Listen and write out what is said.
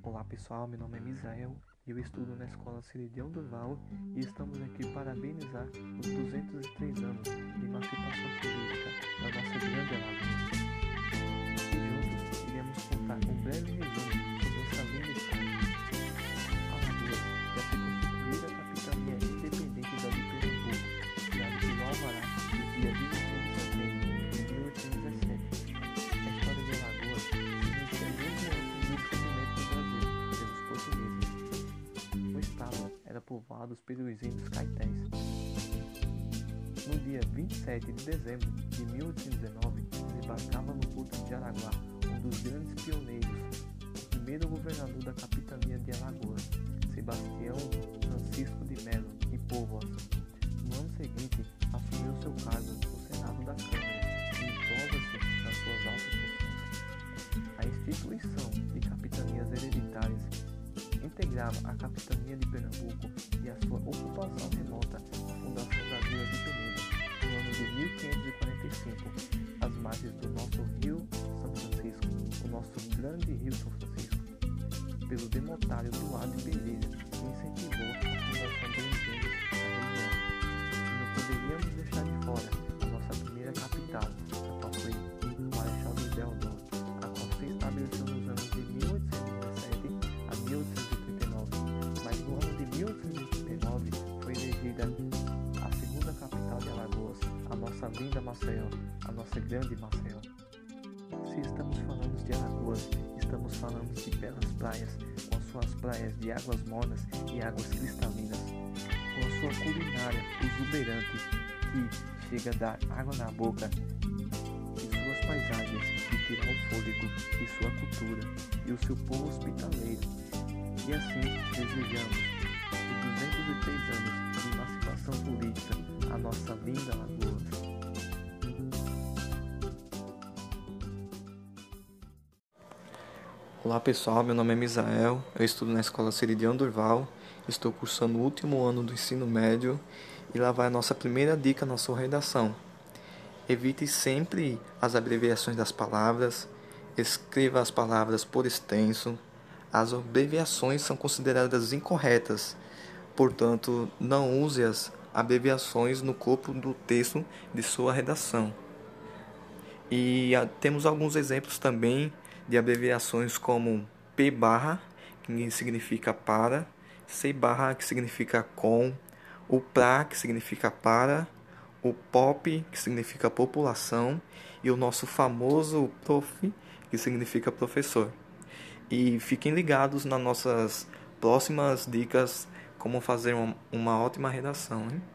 Olá pessoal, meu nome é Misael e eu estudo na Escola Ceridião Durval e estamos aqui para parabenizar os 203 anos de emancipação política da nossa grande Alagoas. E juntos iremos contar um breve resumo sobre essa linda história. Alagoas já foi constituída a capitania independente da de Pernambuco, criada pelo Alvará no dia 26 de setembro de 1817. A história de Alagoas se inicia desde antes do descobrimento do Brasil pelos portugueses. O estado era povoado pelos índios caetés. No dia 27 de dezembro de 1819, desembarcava no porto de Araguá um dos grandes pioneiros, o primeiro governador da capitania de Alagoas, Sebastião Francisco de Melo e Póvoas. No ano seguinte, assumiu seu cargo no Senado da Câmara e entrou-se nas suas altas funções. A instituição de capitanias hereditárias integrava a capitania de Pernambuco e a sua ocupação remota à fundação da vila de Penedo, no ano de 1545, às margens do nosso rio São Francisco, o nosso grande rio São Francisco, pelo demotário Duarte Pereira, que incentivou a fundação do engenho da região. E não poderíamos deixar de fora a nossa primeira capital, a qual foi Marechal Deodoro, a qual se estabeleceu nos anos de 1817 a 1839, mas no ano de 1839 foi elegida a segunda capital de Alagoas, a nossa linda Maceió, a nossa grande Maceió. Se estamos falando de Alagoas, estamos falando de belas praias, com as suas praias de águas mornas e águas cristalinas, com a sua culinária exuberante que chega a dar água na boca, e suas paisagens que tiram o fôlego, e sua cultura, e o seu povo hospitaleiro. E assim desejamos os 203 anos de emancipação política à nossa linda Alagoas. Olá pessoal, meu nome é Misael, eu estudo na Escola Ceridião Durval, estou cursando o último ano do ensino médio e lá vai a nossa primeira dica na sua redação. Evite sempre as abreviações das palavras, escreva as palavras por extenso, as abreviações são consideradas incorretas, portanto não use as abreviações no corpo do texto de sua redação. E temos alguns exemplos também de abreviações como P barra, que significa para, C barra, que significa com, o PRA, que significa para, o POP, que significa população, e o nosso famoso PROF, que significa professor. E fiquem ligados nas nossas próximas dicas como fazer uma ótima redação, hein?